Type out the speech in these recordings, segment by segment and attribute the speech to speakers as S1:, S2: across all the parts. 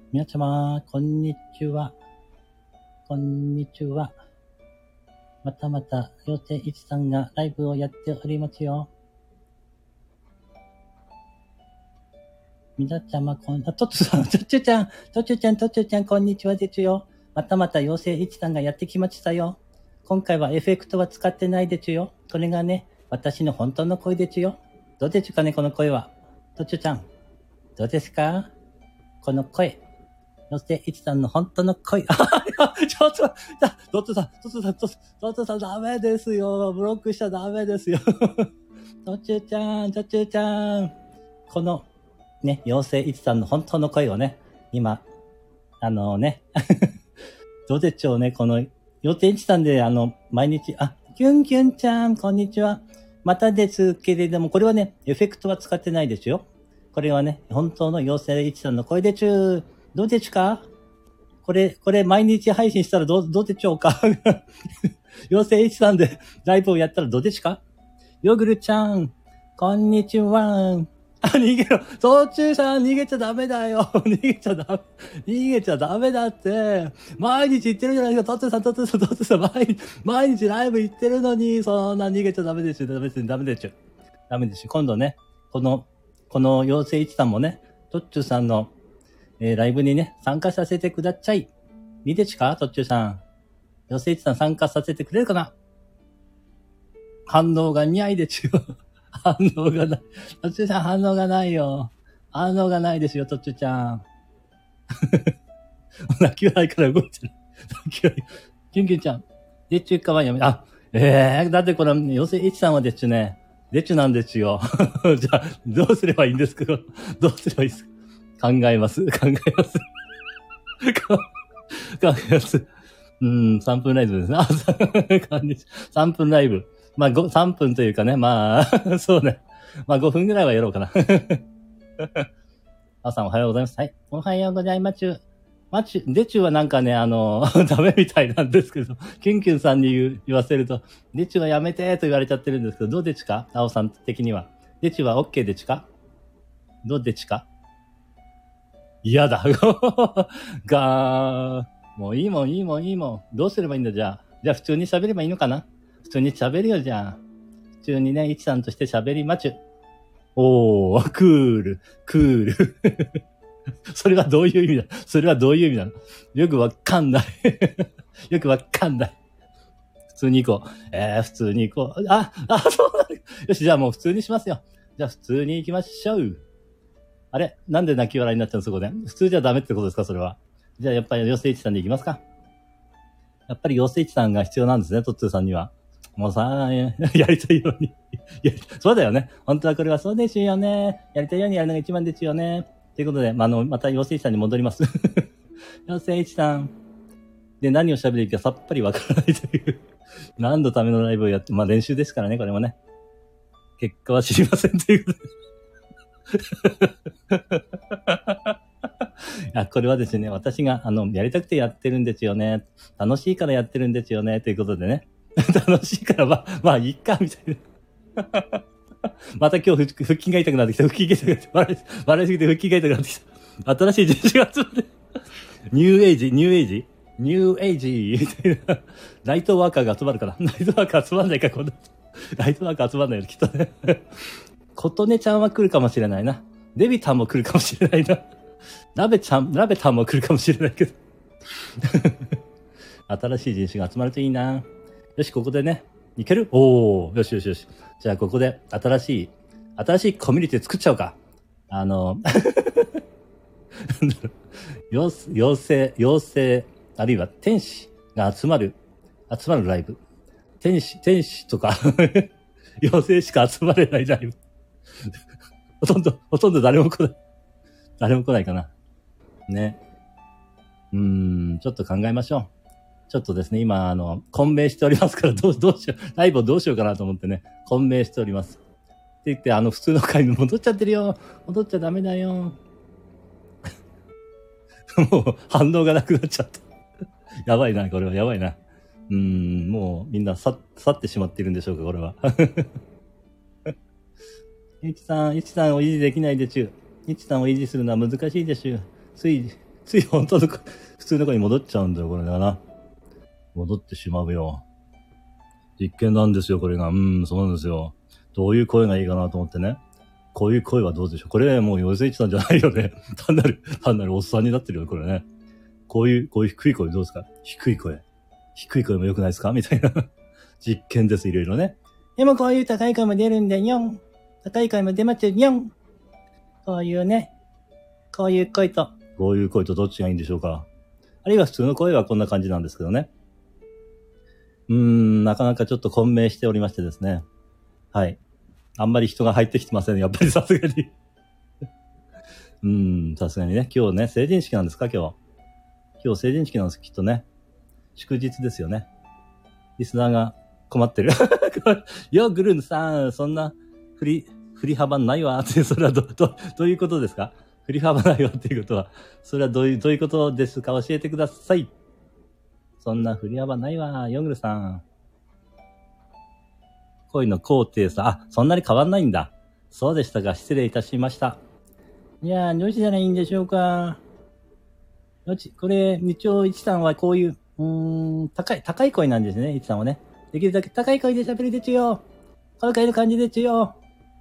S1: 皆様、こんにちは。こんにちは。またまた、妖精一さんがライブをやっておりますよ。皆様、トッツさん、トッチュちゃん、こんにちはですよ。またまた妖精一さんがやってきましたよ。今回はエフェクトは使ってないですよ。これがね、私の本当の声ですよ。どうですかね、この声は。トッチュちゃん、どうですか？この声。妖精一さんの本当の声。ちょっと、トッツさん、ダメですよ。ブロックしちゃダメですよ。トッチュちゃん。この、ね、妖精一さんの本当の声をね、今、どうでしょうね、この、妖精一さんで、毎日、キュンキュンちゃん、こんにちは。またですけれども、これはね、エフェクトは使ってないですよ。これはね、本当の妖精一さんの声でちゅー。どうでちゅか？これ、毎日配信したらどうでしょうか？妖精一さんでライブをやったらどうでちゅか？ヨグルちゃん、こんにちは。逃げろ。途中さん、逃げちゃダメだよ。逃げちゃダメだって。毎日言ってるじゃないですか。途中さん、毎日ライブ行ってるのに、そんな逃げちゃダメですよ。ダメですよ。今度ね、この妖精一さんもね、途中さんの、ライブにね、参加させてください。見てちか？途中さん。妖精一さん参加させてくれるかな？反応がにゃいですよ。反応がない。途中さん反応がないよ。反応がないですよ、途中ちゃん。泣き笑いから動いてる。泣き笑い。キュンキュンちゃん。でちゅかはやめ、だってこれ、妖精一さんはでちゅね。でちゅなんですよ。じゃあ、どうすればいいんですか？どうすればいいですか？考えます。3分ライブですね。3分ライブ。まあ、3分というかね、まあ、そうね。まあ、5分ぐらいはやろうかな。さんおはようございます。はい。おはようございます。デチュはなんかね、ダメみたいなんですけど、キュンキュンさんに言わせると、デチュはやめてと言われちゃってるんですけど、どうデチか？青さん的には。デチュは OK デチか？どうデチか？嫌だ。がー。もういいもん。どうすればいいんだ、じゃあ普通に喋ればいいのかな？普通に喋るよ、じゃあ。普通にね、イチさんとして喋りまちゅ。クール。それはどういう意味なの？よくわかんない。普通に行こう。普通に行こう。そうなの。よし、じゃあもう普通にしますよ。じゃあ普通に行きましょう。あれ？なんで泣き笑いになっちゃうのそこで。普通じゃダメってことですかそれは。じゃあやっぱり妖精一さんで行きますか。やっぱり妖精一さんが必要なんですね、トッツーさんには。もうさ、やりたいように。そうだよね。本当はこれはそうですよね。やりたいようにやるのが一番ですよね。ということで、また妖精一さんに戻ります。妖精一さん。で、何を喋るかさっぱりわからないという。何のためのライブをやって、練習ですからね、これもね。結果は知りませんということで。これはですね、私が、やりたくてやってるんですよね。楽しいからやってるんですよね。ということでね。楽しいから、いいか、みたいな。また今日腹筋が痛くなってきた。笑いすぎて腹筋が痛くなってきた。新しい人種が集まる。ニューエイジみたいな。ライトワーカーが集まるから。ライトワーカー集まんないか、こんな。ライトワーカー集まんないよ、きっとね。琴音ちゃんは来るかもしれないな。デビタンも来るかもしれないな。ラベタンも来るかもしれないけど。新しい人種が集まるといいな。よし、ここでね、いける？よし。じゃあ、ここで新しいコミュニティ作っちゃおうか。妖精、あるいは天使が集まるライブ。天使とか、妖精しか集まれないライブ。ほとんど誰も来ないかな。ね。ちょっと考えましょう。ちょっとですね、今、混迷しておりますから、どうしよう、ライブをどうしようかなと思ってね、混迷しております。って言って、普通の回に戻っちゃってるよ。戻っちゃダメだよ。もう、反応がなくなっちゃった。やばいな、これは、やばいな。もう、みんな去ってしまっているんでしょうか、これは。いちさんを維持できないでちゅ。いちさんを維持するのは難しいでしゅ。ついつい本当の普通の声に戻っちゃうんだよ、これだな。戻ってしまうよ。実験なんですよ、これが。そうなんですよ。どういう声がいいかなと思ってね。こういう声はどうでしょう。これもう寄せいちたんじゃないよね。単なるおっさんになってるよ、これね。こういう低い声どうですか？低い声も良くないですかみたいな実験です、いろいろね。でもこういう高い声も出るんだよ。高い声も出ますよ。こういうね。こういう声とどっちがいいんでしょうか。あるいは普通の声はこんな感じなんですけどね。なかなかちょっと混迷しておりましてですね。はい。あんまり人が入ってきてませんね。やっぱりさすがに。さすがにね。今日ね、成人式なんですか、今日成人式なんです、きっとね。祝日ですよね。リスナーが困ってる。よ、グルーンさん、そんな振り幅ないわって、それはどういうことですか？振り幅ないわっていうことは、それはどういうことですか？教えてください。そんな振り幅ないわ、ヨングルさん。恋の高低差、そんなに変わんないんだ。そうでしたか、失礼いたしました。いやどっちじゃないんでしょうか。これ、一応、いちさんはこういう、高い声なんですね、いちさんはね。できるだけ高い声で喋るですよ。今回の感じですよ。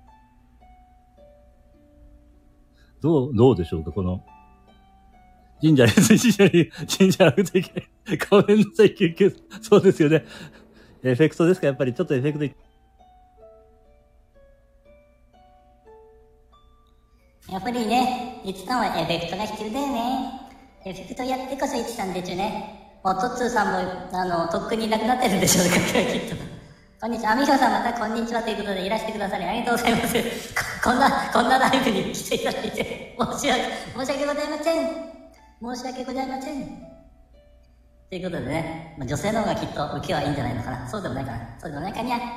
S1: どうでしょうか、この、神社なくていけない。ごめんなさい、救急。そうですよね。エフェクトですか、やっぱりちょっとエフェクト。
S2: やっぱりね、いちさんはエフェクトが必要だよね。エフェクトやってこそいちさんでちゅね。もうトッツーさんも、とっくにいなくなってるんでしょうか、きっと。こんにちは。みほさんまたこんにちはということでいらしてくださりありがとうございます。こんなライブに来ていただいて、申し訳ございません。申し訳ございません。ということでね、女性の方がきっと受けはいいんじゃないのかな。そうでもないかな。そうでもないかにゃ。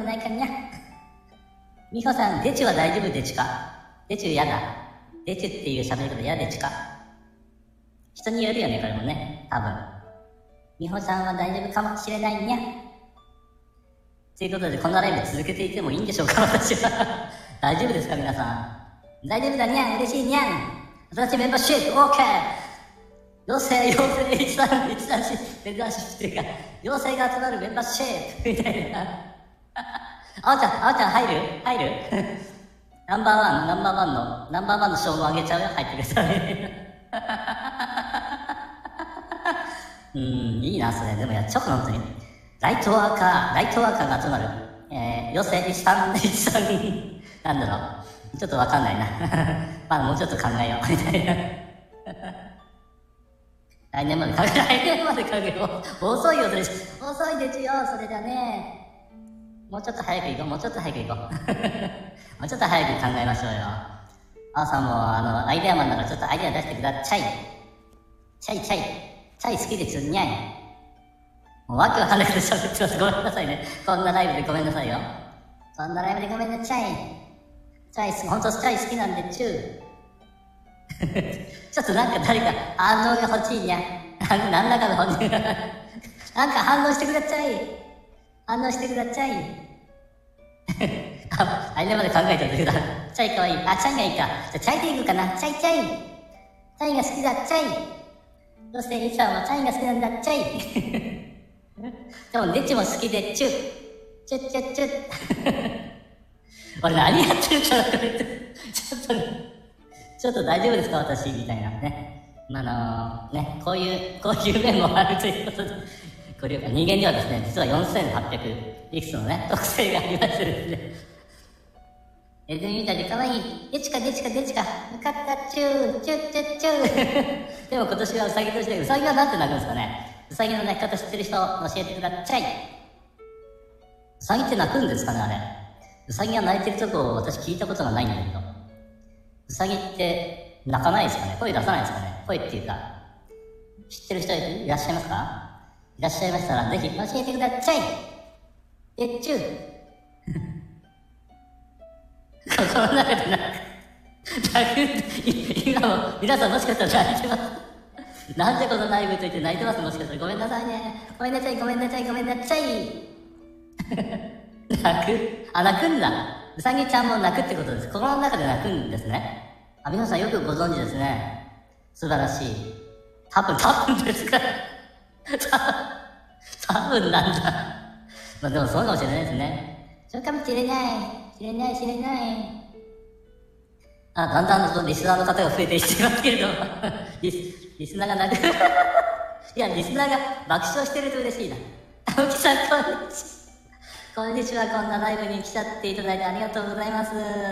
S2: みほさん、デチュは大丈夫でちゅか？デチュやだ。デチュっていう喋り方嫌でちゅか？人によるよね、これもね。多分。みほさんは大丈夫かもしれないにゃ。ということで、こんなライブ続けていてもいいんでしょうか、私は。大丈夫ですか、皆さん。大丈夫だにゃん、嬉しいにゃん。新しいメンバーシップ、オーケー。妖精、一段し、メンバーシップっていうか、妖精が集まるメンバーシップみたいな。あおちゃん入るナンバーワンの称号あげちゃうよ、入ってくれたらね。いいな、それ。でもやっちゃおうかな、本当に。ライトワーカーが集まる。妖精一さん、なんだろう。ちょっとわかんないな。まあもうちょっと考えよう、みたいな。来年まで考えよう。遅いよ、それ。遅いですよ、それだね。もうちょっと早く行こう。もうちょっと早く考えましょうよ。あーさんも、アイデアマンならちょっとアイデア出してください。チャイ好きですよ、にゃい。もうわけわかんないこと喋ってます。ごめんなさいね。こんなライブでごめんなさいよ。ほんとチャイ好きなんでちゅう。ちょっとなんか誰か反応が欲しいにゃ。何らかの本人が。なんか反応してください。あれまで考えたんだけど、チャイかわいい。チャイがいいか。じゃチャイでいくかな。チャイが好きだ、チャイ。そして、イさんはチャイが好きなんだ、チャイ。でも、デチも好きで、チュ。俺何やってるかな、これ。ちょっと大丈夫ですか、私、みたいなね。こういう面もあるということで、これ人間にはですね、実は4800いくつのね、特性がありましてですね。ネズミみたいで可愛い。デチカ。よかった、チュー。でも今年はウサギ年で、ウサギはなんて鳴くんですかね。ウサギの鳴き方知ってる人、教えてください。ウサギって鳴くんですかね、あれ。ウサギが鳴いてるとこ私聞いたことがないんだけど。ウサギって鳴かないですかね。声出さないですかね。声っていうか、知ってる人いらっしゃいますか？いらっしゃいましたら、ぜひ教えてください。でっちゅう。心の中で今も、皆さんもしかしたら泣いてます。なんでこのライブと言って泣いてます？もしかしたら。ごめんなさいね。ごめんなさい。泣くんだ。うさぎちゃんも泣くってことです。心の中で泣くんですね。皆さんよくご存知ですね。 素晴らしい。多分ですか多分なんだ。まあでもそうかもしれないですね。そうかもしれない。あ、だんだんリスナーの方が増えていってますけれどもリスナーがなくいや、リスナーが爆笑してると嬉しいな。青木さん、こんにちは。こんなライブに来ちゃっていただいてありがとうございます。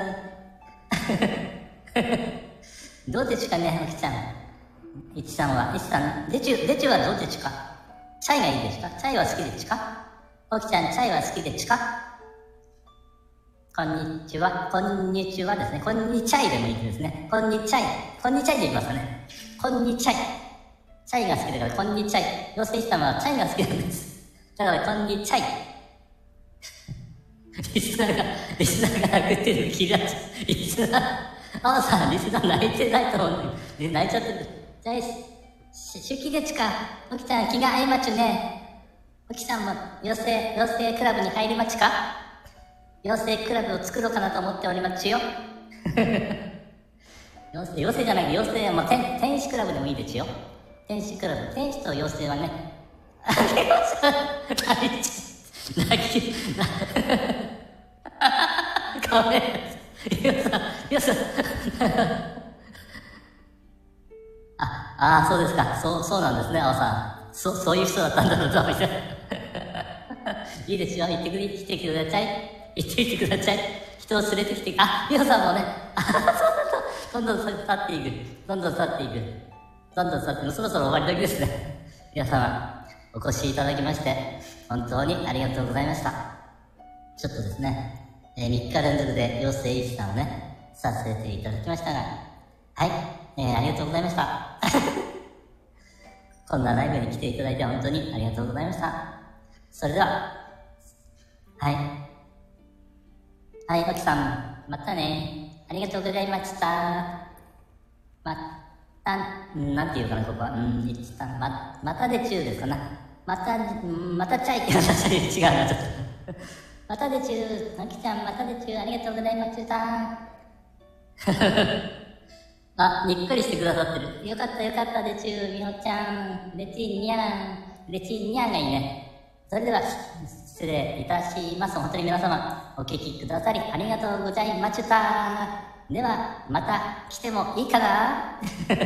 S2: どうでちゅかね、青木ちゃん。いちさん、デチュはどうでちゅか。チャイがいいですか？チャイは好きでちゅか？青木ちゃん、チャイは好きでちゅか？こんにちはですね。こんにちゃいでもいいですね。こんにちゃいでいきますかね。こんにちゃい。チャイが好きだから、こんにちゃい。妖精様はチャイが好きなんです。だから、こんにちゃい。リスナーが泣くってるの気がリスナー、青さん、リスナー泣いてないと思う。泣いちゃってる。じゃあ、手記でちか。おきちゃん、気が合いまちゅね。おきさんも、妖精クラブに入りまちか？妖精クラブを作ろうかなと思っておりまちよ。妖精じゃない、妖精はもう天使クラブでもいいですよ。天使クラブ、天使と妖精はね、ごめん。そうですか。そうなんですね、青さん。そういう人だったんだろうと。いいですよ。行ってきてください。行ってきてください。人を連れてきて、リオさんもね、どんどん去っていく。どんどん去って、そろそろ終わり時ですね。皆様、お越しいただきまして、本当にありがとうございました。ちょっとですね、3日連続で妖精医師さんをね、させていただきましたが、はい、ありがとうございました。こんなライブに来ていただいて本当にありがとうございました。それでは、はい、おきさん、またね。ありがとうございました。なんていうかな、ここは。またでちゅうですかな。またちゃいって話違うな、ちょっと。またでちゅう、あきちゃん、またでちゅう、ありがとうございました。にっくりしてくださってる。よかったでちゅう、みほちゃん。レチーニャンがいいね。それでは、失礼いたします。本当に皆様、お聞きくださり、ありがとうございました。では、また来てもいいかな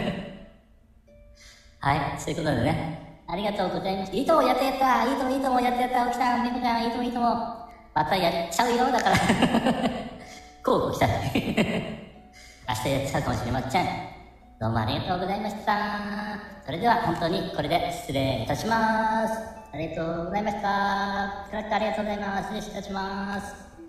S2: はい、そういうことでね。ありがとうございました。いいともやってやった。いいともやってやった。おきさん、みこちゃん、いいとも。またやっちゃうよ。だから。こう来た。明日やっちゃうかもしれません。どうもありがとうございました。それでは本当にこれで失礼いたします。ありがとうございました。ありがとうございます。失礼いたします。